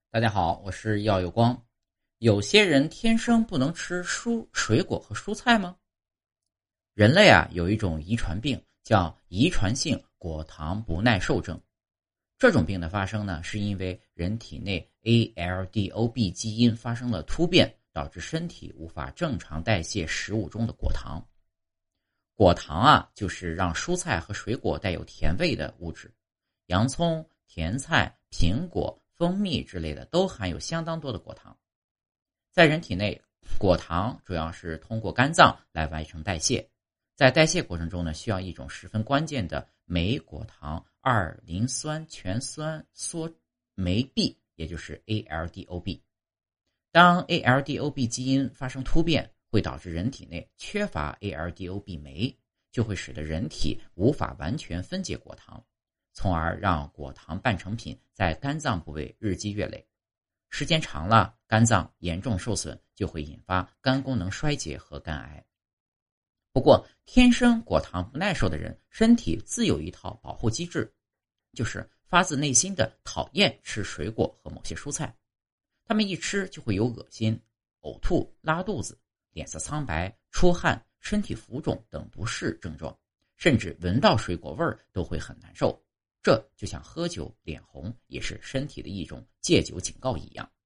大家好，我是耀有光。有些人天生不能吃水果和蔬菜吗？人类有一种遗传病叫遗传性果糖不耐受症。这种病的发生呢，是因为人体内 ALDOB 基因发生了突变，导致身体无法正常代谢食物中的果糖。果糖就是让蔬菜和水果带有甜味的物质，洋葱、甜菜、苹果、蜂蜜之类的都含有相当多的果糖。在人体内，果糖主要是通过肝脏来完成代谢，在代谢过程中呢，需要一种十分关键的酶果糖二磷酸醛酸缩酶 B， 也就是 ALDOB。 当 ALDOB 基因发生突变，会导致人体内缺乏 ALDOB 酶，就会使得人体无法完全分解果糖，从而让果糖半成品在肝脏部位日积月累。时间长了，肝脏严重受损，就会引发肝功能衰竭和肝癌。不过，天生果糖不耐受的人，身体自有一套保护机制，就是发自内心的讨厌吃水果和某些蔬菜。他们一吃就会有恶心、呕吐、拉肚子、脸色苍白、出汗、身体浮肿等不适症状，甚至闻到水果味儿都会很难受。这就像喝酒脸红也是身体的一种戒酒警告一样。